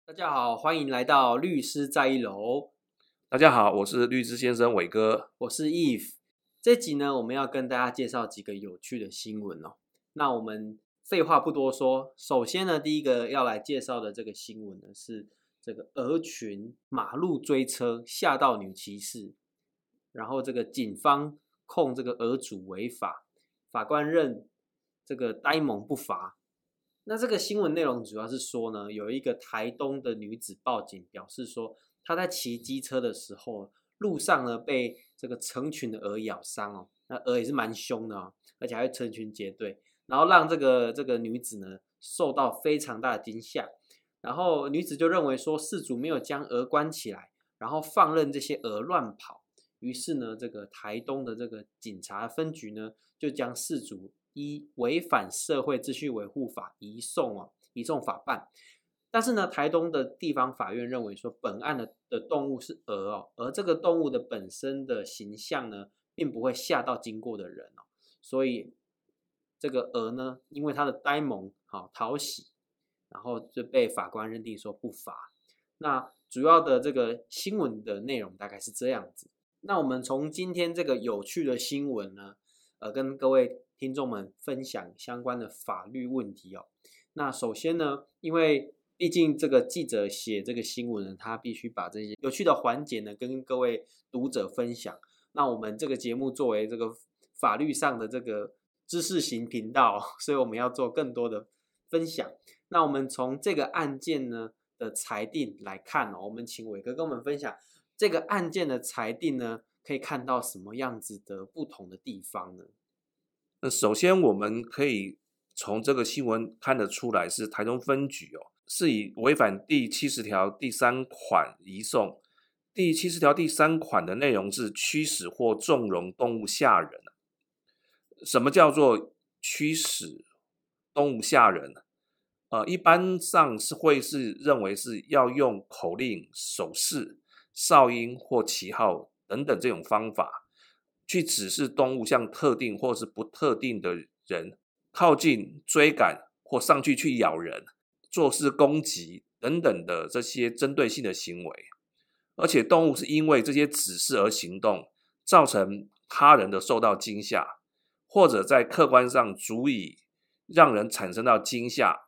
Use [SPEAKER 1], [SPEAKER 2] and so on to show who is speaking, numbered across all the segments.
[SPEAKER 1] 大家好，欢迎来到律师在一楼。
[SPEAKER 2] 大家好，我是律师先生伟哥，
[SPEAKER 1] 我是 Eve。这集呢，我们要跟大家介绍几个有趣的新闻哦。那我们废话不多说，首先呢，第一个要来介绍的这个新闻呢，是这个鹅群马路追车吓到女骑士，然后这个警方控这个鹅主违法，法官认这个呆萌不罚。那这个新闻内容主要是说呢，有一个台东的女子报警，表示说她在骑机车的时候，路上呢被这个成群的鹅咬伤哦，那鹅也是蛮凶的哦，而且还会成群结队，然后让这个女子呢受到非常大的惊吓，然后女子就认为说事主没有将鹅关起来，然后放任这些鹅乱跑，于是呢，这个台东的这个警察分局呢就将事主依违反社会秩序维护法移送法办。但是呢，台东的地方法院认为说，本案的动物是鹅哦，而这个动物的本身的形象呢，并不会吓到经过的人哦，所以这个鹅呢，因为它的呆萌讨喜，然后就被法官认定说不罚。那主要的这个新闻的内容大概是这样子。那我们从今天这个有趣的新闻呢，跟各位听众们分享相关的法律问题哦。那首先呢，因为毕竟这个记者写这个新闻呢，他必须把这些有趣的环节呢跟各位读者分享。那我们这个节目作为这个法律上的这个知识型频道，所以我们要做更多的分享。那我们从这个案件呢的裁定来看哦，我们请伟哥跟我们分享这个案件的裁定呢，可以看到什么样子的不同的地方呢？
[SPEAKER 2] 首先我们可以从这个新闻看得出来，是台中分局是以违反第70条第3款移送。第70条第3款的内容是驱使或纵容动物吓人。什么叫做驱使动物吓人？一般上是认为是要用口令、手势、哨音或旗号等等这种方法，去指示动物向特定或是不特定的人靠近、追赶或上去咬人、做事攻击等等的这些针对性的行为。而且动物是因为这些指示而行动，造成他人的受到惊吓，或者在客观上足以让人产生到惊吓。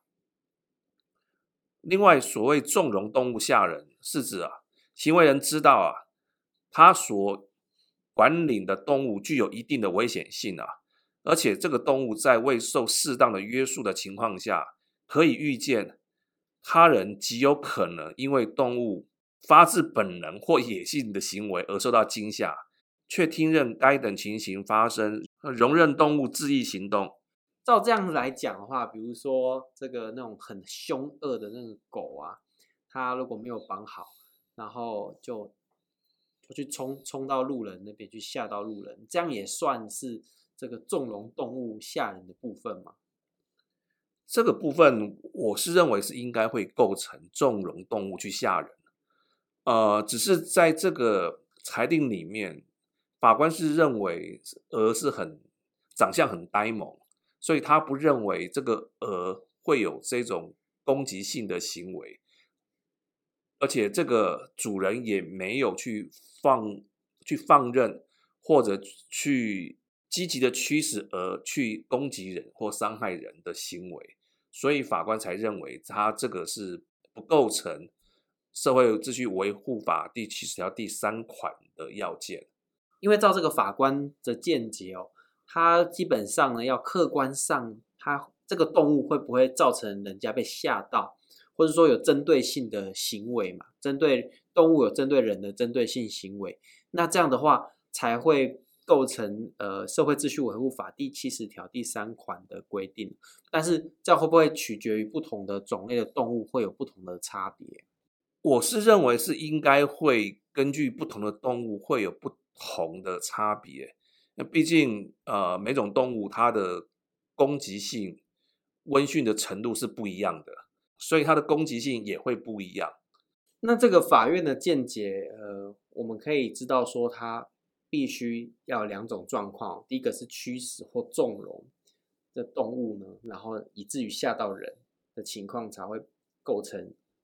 [SPEAKER 2] 另外，所谓纵容动物吓人，是指行为人知道他所管理的动物具有一定的危险性而且这个动物在未受适当的约束的情况下，可以预见他人极有可能因为动物发自本能或野性的行为而受到惊吓，却听任该等情形发生，容忍动物恣意行动。
[SPEAKER 1] 照这样子来讲的话，比如说这个那种很凶恶的那个狗啊，它如果没有绑好，然后就去冲到路人那边去吓到路人，这样也算是这个纵容动物吓人的部分吗？
[SPEAKER 2] 这个部分我是认为是应该会构成纵容动物去吓人。只是在这个裁定里面，法官是认为鹅是长相很呆萌，所以他不认为这个鹅会有这种攻击性的行为，而且这个主人也没有去放任或者去积极的驱使鹅去攻击人或伤害人的行为，所以法官才认为他这个是不构成社会秩序维护法第70条第3款的要件。
[SPEAKER 1] 因为照这个法官的见解他基本上呢要客观上，他这个动物会不会造成人家被吓到，或者说有针对性的行为嘛？针对动物有针对人的针对性行为，那这样的话才会构成社会秩序维护法第70条第3款的规定。但是这样会不会取决于不同的种类的动物会有不同的差别？
[SPEAKER 2] 我是认为是应该会根据不同的动物会有不同的差别，那毕竟每种动物它的攻击性、温驯的程度是不一样的，所以它的攻击性也会不一样。
[SPEAKER 1] 那这个法院的见解，我们可以知道说，它必须要有2种状况，第一个是驱使或纵容的动物呢，然后以至于吓到人的情况才会构成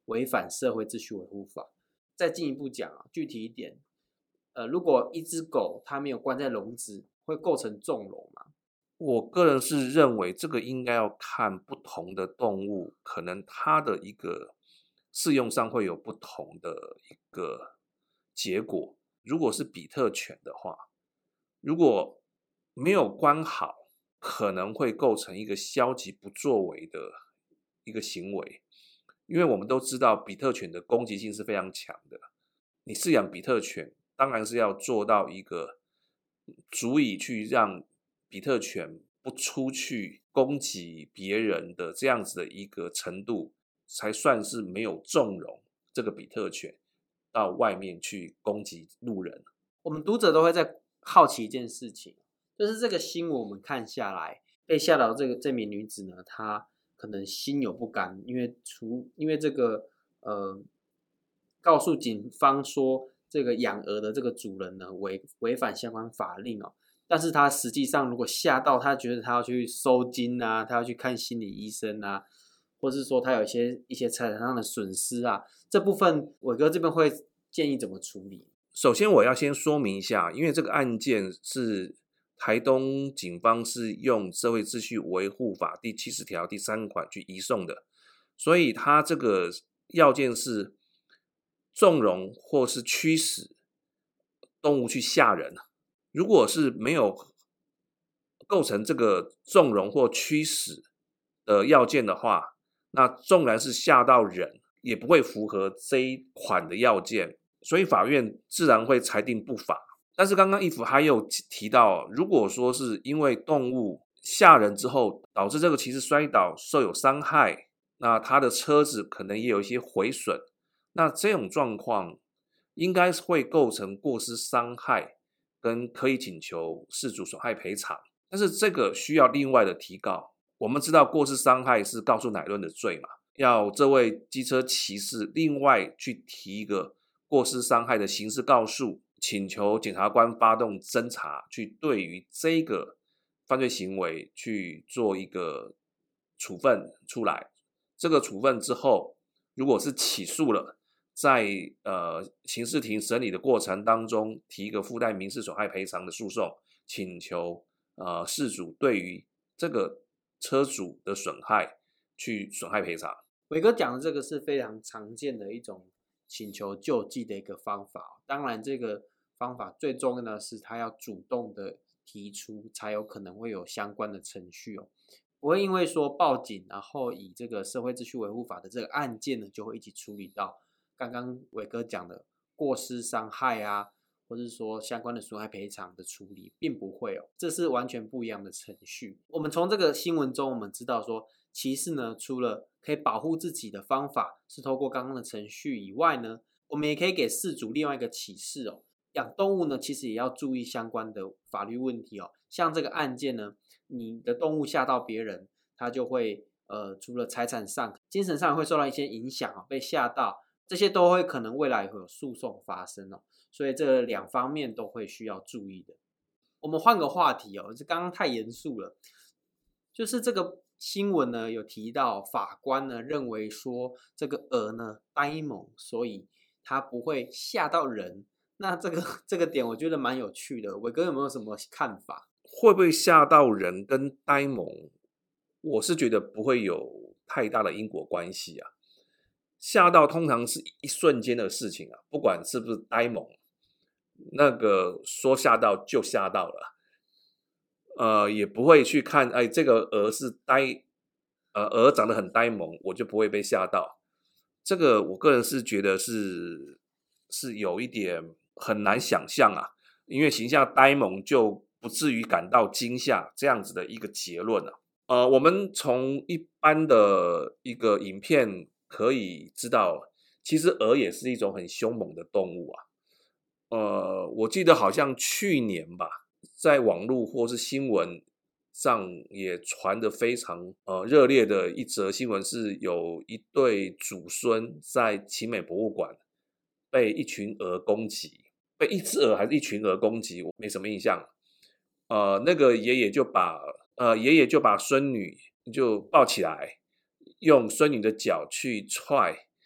[SPEAKER 1] 违反社会秩序维护法。再进一步讲啊，具体一点，如果一只狗它没有关在笼子，会构成纵容吗？
[SPEAKER 2] 我个人是认为这个应该要看不同的动物，可能它的一个适用上会有不同的一个结果。如果是比特犬的话，如果没有关好，可能会构成一个消极不作为的一个行为。因为我们都知道比特犬的攻击性是非常强的，你饲养比特犬当然是要做到一个足以去让比特犬不出去攻击别人的这样子的一个程度，才算是没有纵容这个比特犬到外面去攻击路人。
[SPEAKER 1] 我们读者都会在好奇一件事情，就是这个新闻我们看下来，被吓到这名女子呢，她可能心有不甘，因为这个告诉警方说这个养鹅的这个主人呢违反相关法令哦，但是他实际上如果吓到他觉得他要去收金啊，他要去看心理医生啊，或是说他有一些财产上的损失啊，这部分伟哥这边会建议怎么处理？
[SPEAKER 2] 首先我要先说明一下，因为这个案件是台东警方是用社会秩序维护法第70条第3款去移送的，所以它这个要件是纵容或是驱使动物去吓人。如果是没有构成这个纵容或驱使的要件的话，那纵然是吓到人，也不会符合这一款的要件，所以法院自然会裁定不法。但是刚刚义父还有提到，如果说是因为动物吓人之后导致这个骑士摔倒受有伤害，那他的车子可能也有一些毁损，那这种状况应该会构成过失伤害跟可以请求事主损害赔偿，但是这个需要另外的提告。我们知道过失伤害是告诉乃论的罪嘛，要这位机车骑士另外去提一个过失伤害的刑事告诉，请求检察官发动侦查，去对于这个犯罪行为去做一个处分出来。这个处分之后，如果是起诉了，在刑事庭审理的过程当中，提一个附带民事损害赔偿的诉讼，请求事主对于这个车主的损害去损害赔偿。
[SPEAKER 1] 伟哥讲的这个是非常常见的一种请求救济的一个方法，当然这个方法最重要的是他要主动的提出，才有可能会有相关的程序哦，不会因为说报警，然后以这个社会秩序维护法的这个案件呢，就会一起处理到刚刚伟哥讲的过失伤害啊，或是说相关的损害赔偿的处理，并不会哦，这是完全不一样的程序。我们从这个新闻中，我们知道说，骑士呢，除了可以保护自己的方法是透过刚刚的程序以外呢，我们也可以给饲主另外一个启示哦，养动物呢，其实也要注意相关的法律问题哦。像这个案件呢，你的动物吓到别人，他就会除了财产上、精神上会受到一些影响哦，被吓到，这些都会可能未来会有诉讼发生哦。所以这两方面都会需要注意的。我们换个话题哦，这刚刚太严肃了。就是这个新闻呢有提到，法官呢认为说这个鹅呢呆萌，所以它不会吓到人。那这个点我觉得蛮有趣的，伟哥有没有什么看法？
[SPEAKER 2] 会不会吓到人跟呆萌，我是觉得不会有太大的因果关系啊。吓到通常是一瞬间的事情啊，不管是不是呆萌，那个说吓到就吓到了，也不会去看，哎，这个鹅是鹅长得很呆萌，我就不会被吓到。这个我个人是觉得是有一点很难想象啊，因为形象呆萌就不至于感到惊吓这样子的一个结论啊。我们从一般的一个影片可以知道，其实鹅也是一种很凶猛的动物啊。我记得好像去年吧，在网络或是新闻上也传得非常热烈的一则新闻，是有一对祖孙在奇美博物馆被一群鹅攻击，被一只鹅还是一群鹅攻击，我没什么印象。那个爷爷就把孙女就抱起来，用孙女的脚去踹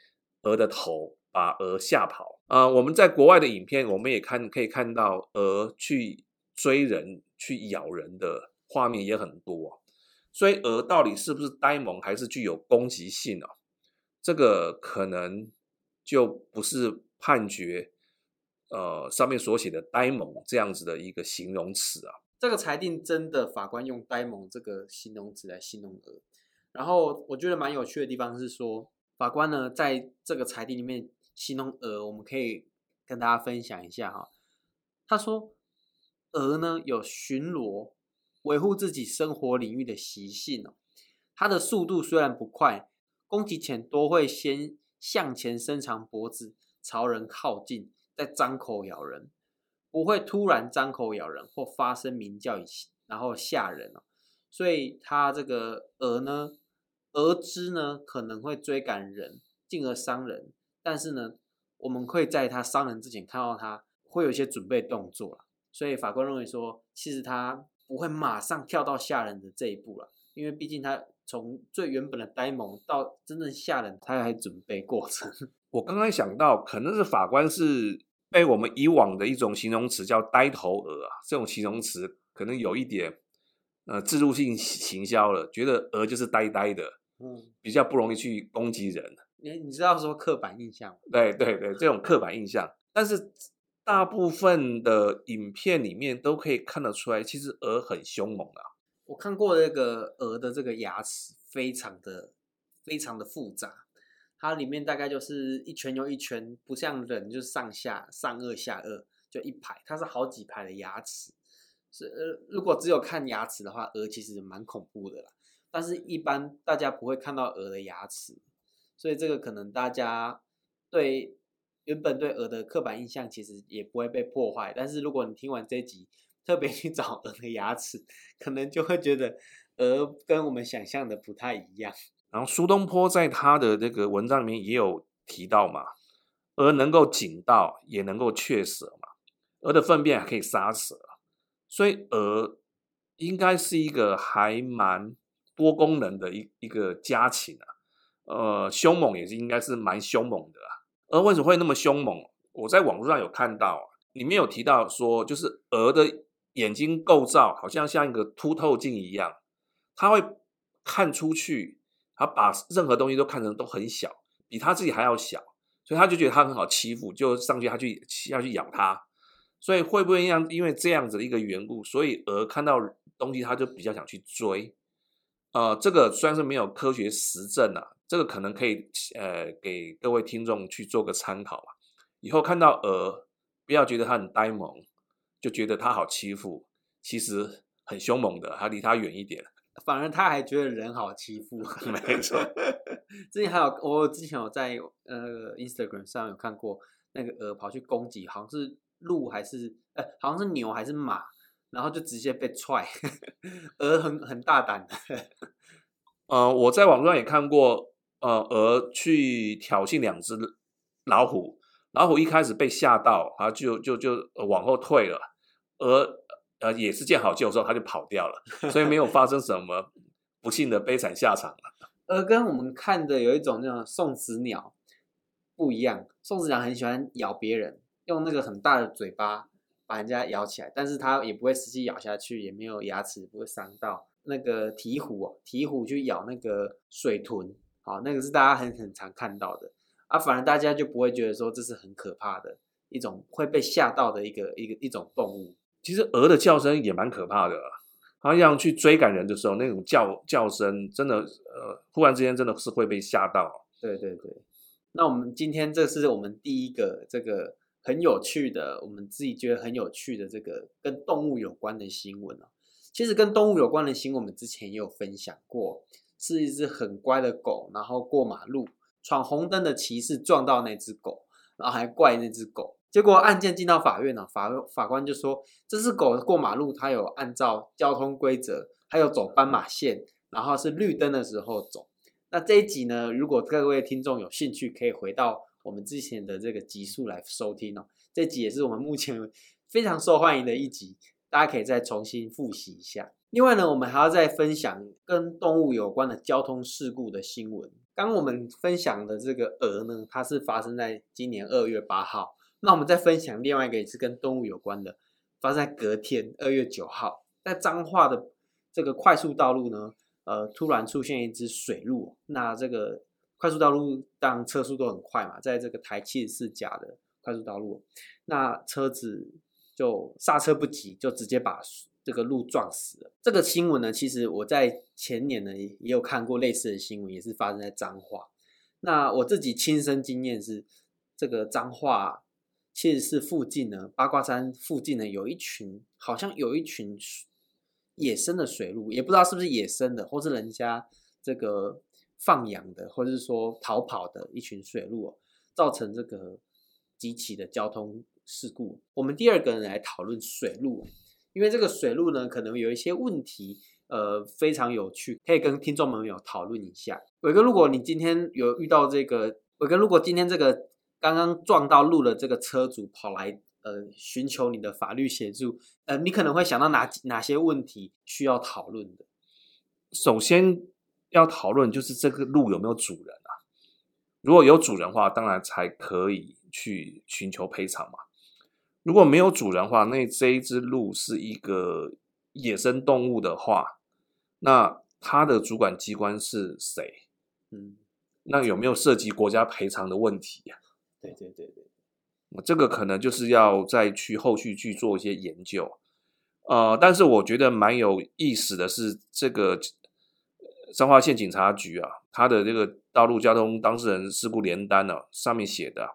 [SPEAKER 2] 鹅的头，把鹅吓跑。我们在国外的影片，我们也可以看到鹅去追人、去咬人的画面也很多。所以鹅到底是不是呆萌，还是具有攻击性哦？这个可能就不是判决上面所写的呆萌这样子的一个形容词啊。
[SPEAKER 1] 这个裁定真的法官用呆萌这个形容词来形容鹅，然后我觉得蛮有趣的地方是说，法官呢在这个裁定里面形容鹅，我们可以跟大家分享一下哈。他说，鹅呢有巡逻、维护自己生活领域的习性哦。它的速度虽然不快，攻击前都会先向前伸长脖子，朝人靠近，再张口咬人，不会突然张口咬人或发声鸣叫然后吓人哦。所以它这个鹅呢，鹅只呢可能会追赶人，进而伤人，但是呢，我们会在它伤人之前看到它会有一些准备动作啦。所以法官认为说，其实它不会马上跳到吓人的这一步了，因为毕竟它从最原本的呆萌到真正吓人，它还准备过程。
[SPEAKER 2] 我刚才想到，可能是法官是被我们以往的一种形容词叫呆头鹅啊，这种形容词可能有一点置入性行销了，觉得鹅就是呆呆的，比较不容易去攻击人。
[SPEAKER 1] 你知道说刻板印象吗？
[SPEAKER 2] 对对对，这种刻板印象，但是大部分的影片里面都可以看得出来，其实鹅很凶猛啊。
[SPEAKER 1] 我看过那个鹅的这个牙齿非常的复杂，它里面大概就是一圈又一圈，不像人就是上下上颚下颚就一排，它是好几排的牙齿。如果只有看牙齿的话，鹅其实蛮恐怖的啦。但是一般大家不会看到鹅的牙齿，所以这个可能大家原本对鹅的刻板印象其实也不会被破坏。但是如果你听完这一集，特别去找鹅的牙齿，可能就会觉得鹅跟我们想象的不太一样。
[SPEAKER 2] 然后苏东坡在他的那个文章里面也有提到嘛，鹅能够警盗，也能够却蛇嘛，鹅的粪便还可以杀蛇，所以鹅应该是一个还蛮多功能的一个家禽啊。凶猛也是应该是蛮凶猛的啊。鹅为什么会那么凶猛？我在网络上有看到，里面有提到说，就是鹅的眼睛构造好像一个凸透镜一样，它会看出去，它把任何东西都看成都很小，比它自己还要小，所以他就觉得它很好欺负，就上去要去咬它。所以会不会因为这样子的一个缘故，所以鹅看到东西它就比较想去追？这个虽然是没有科学实证啊，这个可能可以给各位听众去做个参考啊。以后看到鹅，不要觉得它很呆萌，就觉得它好欺负，其实很凶猛的，还离它远一点。
[SPEAKER 1] 反而他还觉得人好欺负。
[SPEAKER 2] 没错。
[SPEAKER 1] 我之前有在Instagram 上有看过那个鹅跑去攻击，好像是鹿还是好像是牛还是马，然后就直接被踹。鹅很大胆的。
[SPEAKER 2] 我在网上也看过，鹅去挑衅两只老虎，老虎一开始被吓到，它就往后退了，鹅也是见好就收，它就跑掉了，所以没有发生什么不幸的悲惨下场了。
[SPEAKER 1] 鹅跟我们看的有一种那种送子鸟不一样，送子鸟很喜欢咬别人，用那个很大的嘴巴把人家咬起来，但是它也不会实际咬下去，也没有牙齿，不会伤到。那个鹈鹕去咬那个水豚，好，那个是大家很常看到的啊，反而大家就不会觉得说这是很可怕的一种会被吓到的一种动物。
[SPEAKER 2] 其实鹅的叫声也蛮可怕的，它要去追赶人的时候，那种叫声真的忽然之间真的是会被吓到。
[SPEAKER 1] 对对对，那我们今天这是我们第一个这个很有趣的，我们自己觉得很有趣的这个跟动物有关的新闻哦。其实跟动物有关的新闻，我们之前也有分享过，是一只很乖的狗，然后过马路，闯红灯的骑士撞到那只狗，然后还怪那只狗。结果案件进到法院了，法官就说这只狗过马路，它有按照交通规则，还有走斑马线，然后是绿灯的时候走。那这一集呢，如果各位听众有兴趣，可以回到我们之前的这个集数来收听哦。这集也是我们目前非常受欢迎的一集，大家可以再重新复习一下。另外呢，我们还要再分享跟动物有关的交通事故的新闻， 刚我们分享的这个鹅呢，它是发生在今年2月8号。那我们再分享另外一个也是跟动物有关的，发生在隔天2月9号，在彰化的这个快速道路呢，突然出现一只水鹿。那这个快速道路当然车速都很快嘛，在这个台74甲的快速道路，那车子就刹车不及，就直接把这个鹿撞死了。这个新闻呢，其实我在前年呢也有看过类似的新闻，也是发生在彰化。那我自己亲身经验是，这个彰化74附近呢，八卦山附近呢，好像有一群野生的水鹿，也不知道是不是野生的，或是人家这个放养的，或者是说逃跑的一群水鹿，造成这个几起的交通事故。我们第二个人来讨论水鹿，因为这个水鹿呢，可能有一些问题，非常有趣，可以跟听众朋友讨论一下。伟哥，如果你今天有遇到这个，如果今天这个刚刚撞到鹿的这个车主跑来寻求你的法律协助，你可能会想到哪些问题需要讨论的？
[SPEAKER 2] 首先要讨论就是这个鹿有没有主人啊？如果有主人的话，当然才可以去寻求赔偿嘛。如果没有主人的话，那这一只鹿是一个野生动物的话，那它的主管机关是谁？那有没有涉及国家赔偿的问题啊？
[SPEAKER 1] 对，
[SPEAKER 2] 这个可能就是要再去后续去做一些研究。但是我觉得蛮有意思的是，这个彰化县警察局啊，它的这个道路交通当事人事故联单啊，上面写的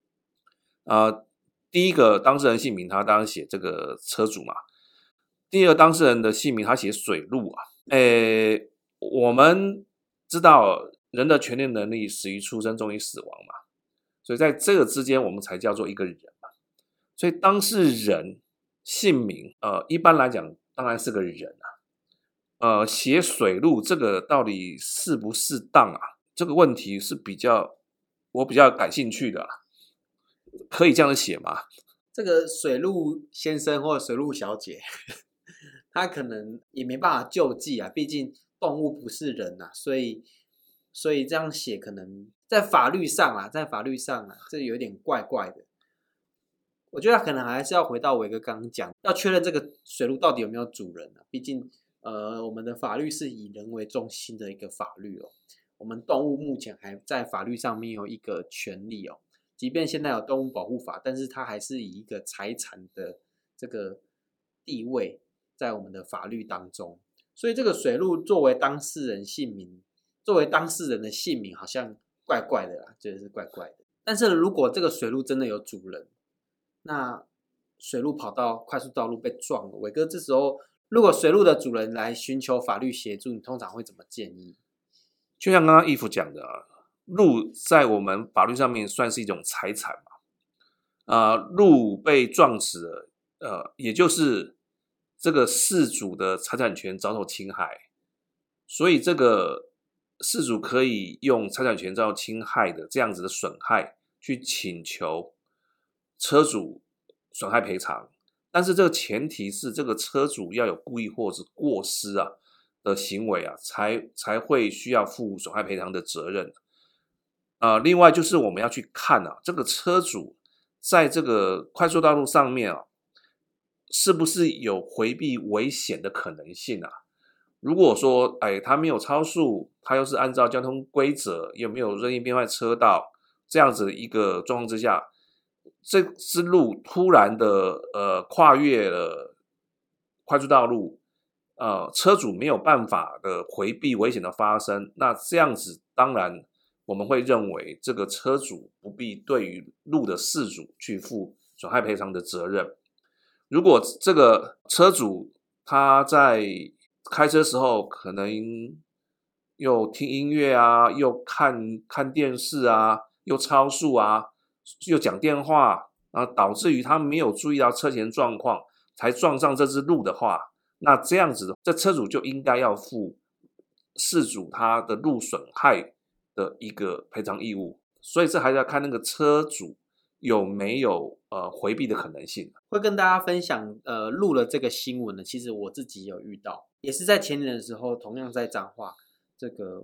[SPEAKER 2] 第一个当事人姓名，他当然写这个车主嘛。第二个当事人的姓名，他写水鹿啊。我们知道人的权利能力始于出生，终于死亡嘛，所以在这个之间，我们才叫做一个人嘛。所以当事人姓名，一般来讲当然是个人啊。写水鹿这个到底适不适当啊？这个问题是我比较感兴趣的啊。可以这样子写吗？
[SPEAKER 1] 这个水鹿先生或者水鹿小姐，他可能也没办法救济啊，毕竟动物不是人啊，所以这样写可能在法律上啊，这有点怪怪的。我觉得可能还是要回到伟哥刚刚讲，要确认这个水鹿到底有没有主人啊，毕竟我们的法律是以人为中心的一个法律哦，我们动物目前还在法律上面有一个权利哦。即便现在有动物保护法，但是它还是以一个财产的这个地位在我们的法律当中，所以这个水鹿作为当事人的姓名好像怪怪的啦，觉得是怪怪的。但是如果这个水鹿真的有主人，那水鹿跑到快速道路被撞了，伟哥这时候如果水鹿的主人来寻求法律协助，你通常会怎么建议？
[SPEAKER 2] 就像刚刚义父讲的啊，鹿在我们法律上面算是一种财产嘛，鹿被撞死了，也就是这个事主的财产权遭受侵害，所以这个事主可以用财产权遭受侵害的这样子的损害去请求车主损害赔偿，但是这个前提是这个车主要有故意或者过失的行为才会需要负损害赔偿的责任。另外就是我们要去看这个车主在这个快速道路上面是不是有回避危险的可能性啊？如果说他没有超速，他又是按照交通规则，又没有任意变换车道，这样子的一个状况之下，这只鹿突然的跨越了快速道路，车主没有办法的回避危险的发生，那这样子当然我们会认为这个车主不必对于鹿的事主去负损害赔偿的责任。如果这个车主他在开车时候可能又听音乐又看电视又超速又讲电话导致于他没有注意到车前状况才撞上这只鹿的话，那这样子这车主就应该要负事主他的鹿损害的一个赔偿义务，所以这还是要看那个车主有没有回避的可能性。
[SPEAKER 1] 会跟大家分享鹿的这个新闻呢，其实我自己有遇到，也是在前年的时候，同样在彰化，这个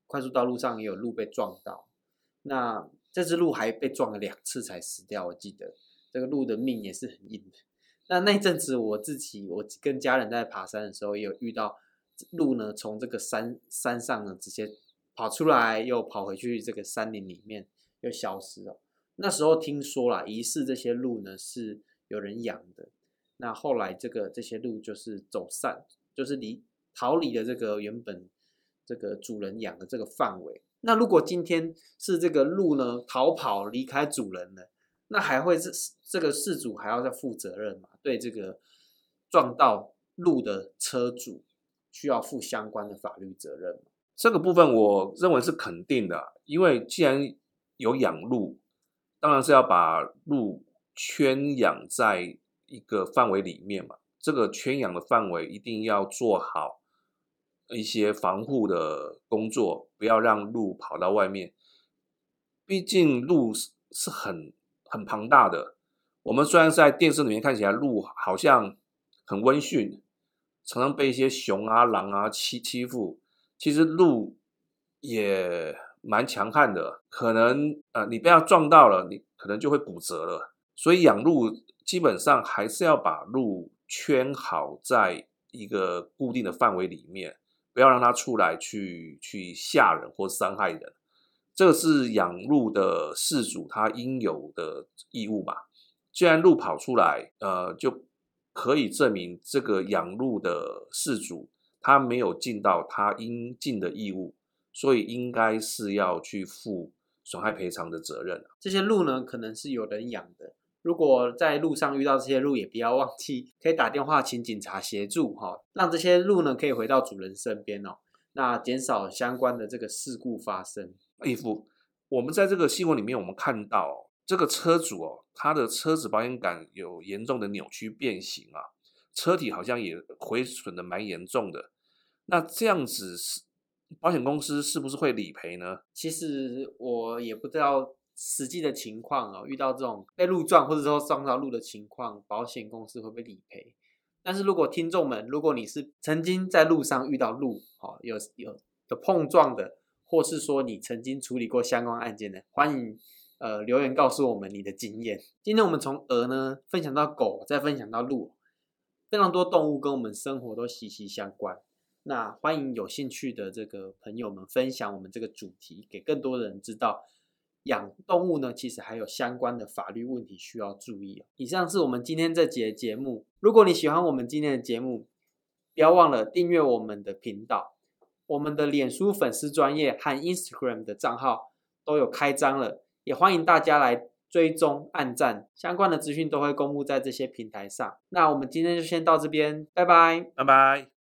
[SPEAKER 1] 快速道路上也有鹿被撞到，那这只鹿还被撞了2次才死掉，我记得这个鹿的命也是很硬的。那一阵子我跟家人在爬山的时候，也有遇到鹿呢从这个山上呢直接跑出来，又跑回去这个山林里面又消失了。那时候听说啦，疑似这些鹿呢是有人养的，那后来这些鹿就是走散，就是逃离了这个原本这个主人养的这个范围。那如果今天是这个鹿呢逃跑离开主人了，那还会这个事主还要再负责任嘛？对这个撞到鹿的车主需要负相关的法律责任吗？
[SPEAKER 2] 这个部分我认为是肯定的，因为既然有养鹿，当然是要把鹿圈养在一个范围里面嘛。这个圈养的范围一定要做好一些防护的工作，不要让鹿跑到外面。毕竟鹿是很庞大的，我们虽然在电视里面看起来鹿好像很温驯，常常被一些熊啊狼啊欺负，其实鹿也蛮强悍的，可能你被它撞到了，你可能就会骨折了。所以养鹿基本上还是要把鹿圈好在一个固定的范围里面，不要让它出来去吓人或伤害人。这个是养鹿的饲主他应有的义务嘛。既然鹿跑出来，就可以证明这个养鹿的饲主他没有尽到他应尽的义务，所以应该是要去负损害赔偿的责任。
[SPEAKER 1] 这些鹿呢，可能是有人养的。如果在路上遇到这些鹿，也不要忘记可以打电话请警察协助让这些鹿呢可以回到主人身边那减少相关的这个事故发生。
[SPEAKER 2] 义父，我们在这个新闻里面我们看到这个车主他的车子保险杆有严重的扭曲变形车体好像也毁损的蛮严重的。那这样子保险公司是不是会理赔呢？
[SPEAKER 1] 其实我也不知道实际的情况遇到这种被鹿撞或者说撞到鹿的情况，保险公司会不会理赔？但是如果听众们，如果你是曾经在路上遇到鹿有碰撞的，或是说你曾经处理过相关案件的，欢迎留言告诉我们你的经验。今天我们从鹅呢分享到狗，再分享到鹿，非常多动物跟我们生活都息息相关。那欢迎有兴趣的这个朋友们分享我们这个主题，给更多的人知道养动物呢其实还有相关的法律问题需要注意。以上是我们今天这节节目，如果你喜欢我们今天的节目，不要忘了订阅我们的频道，我们的脸书粉丝专页和 Instagram 的账号都有开张了，也欢迎大家来追踪按赞，相关的资讯都会公布在这些平台上。那我们今天就先到这边，拜拜。
[SPEAKER 2] 拜拜。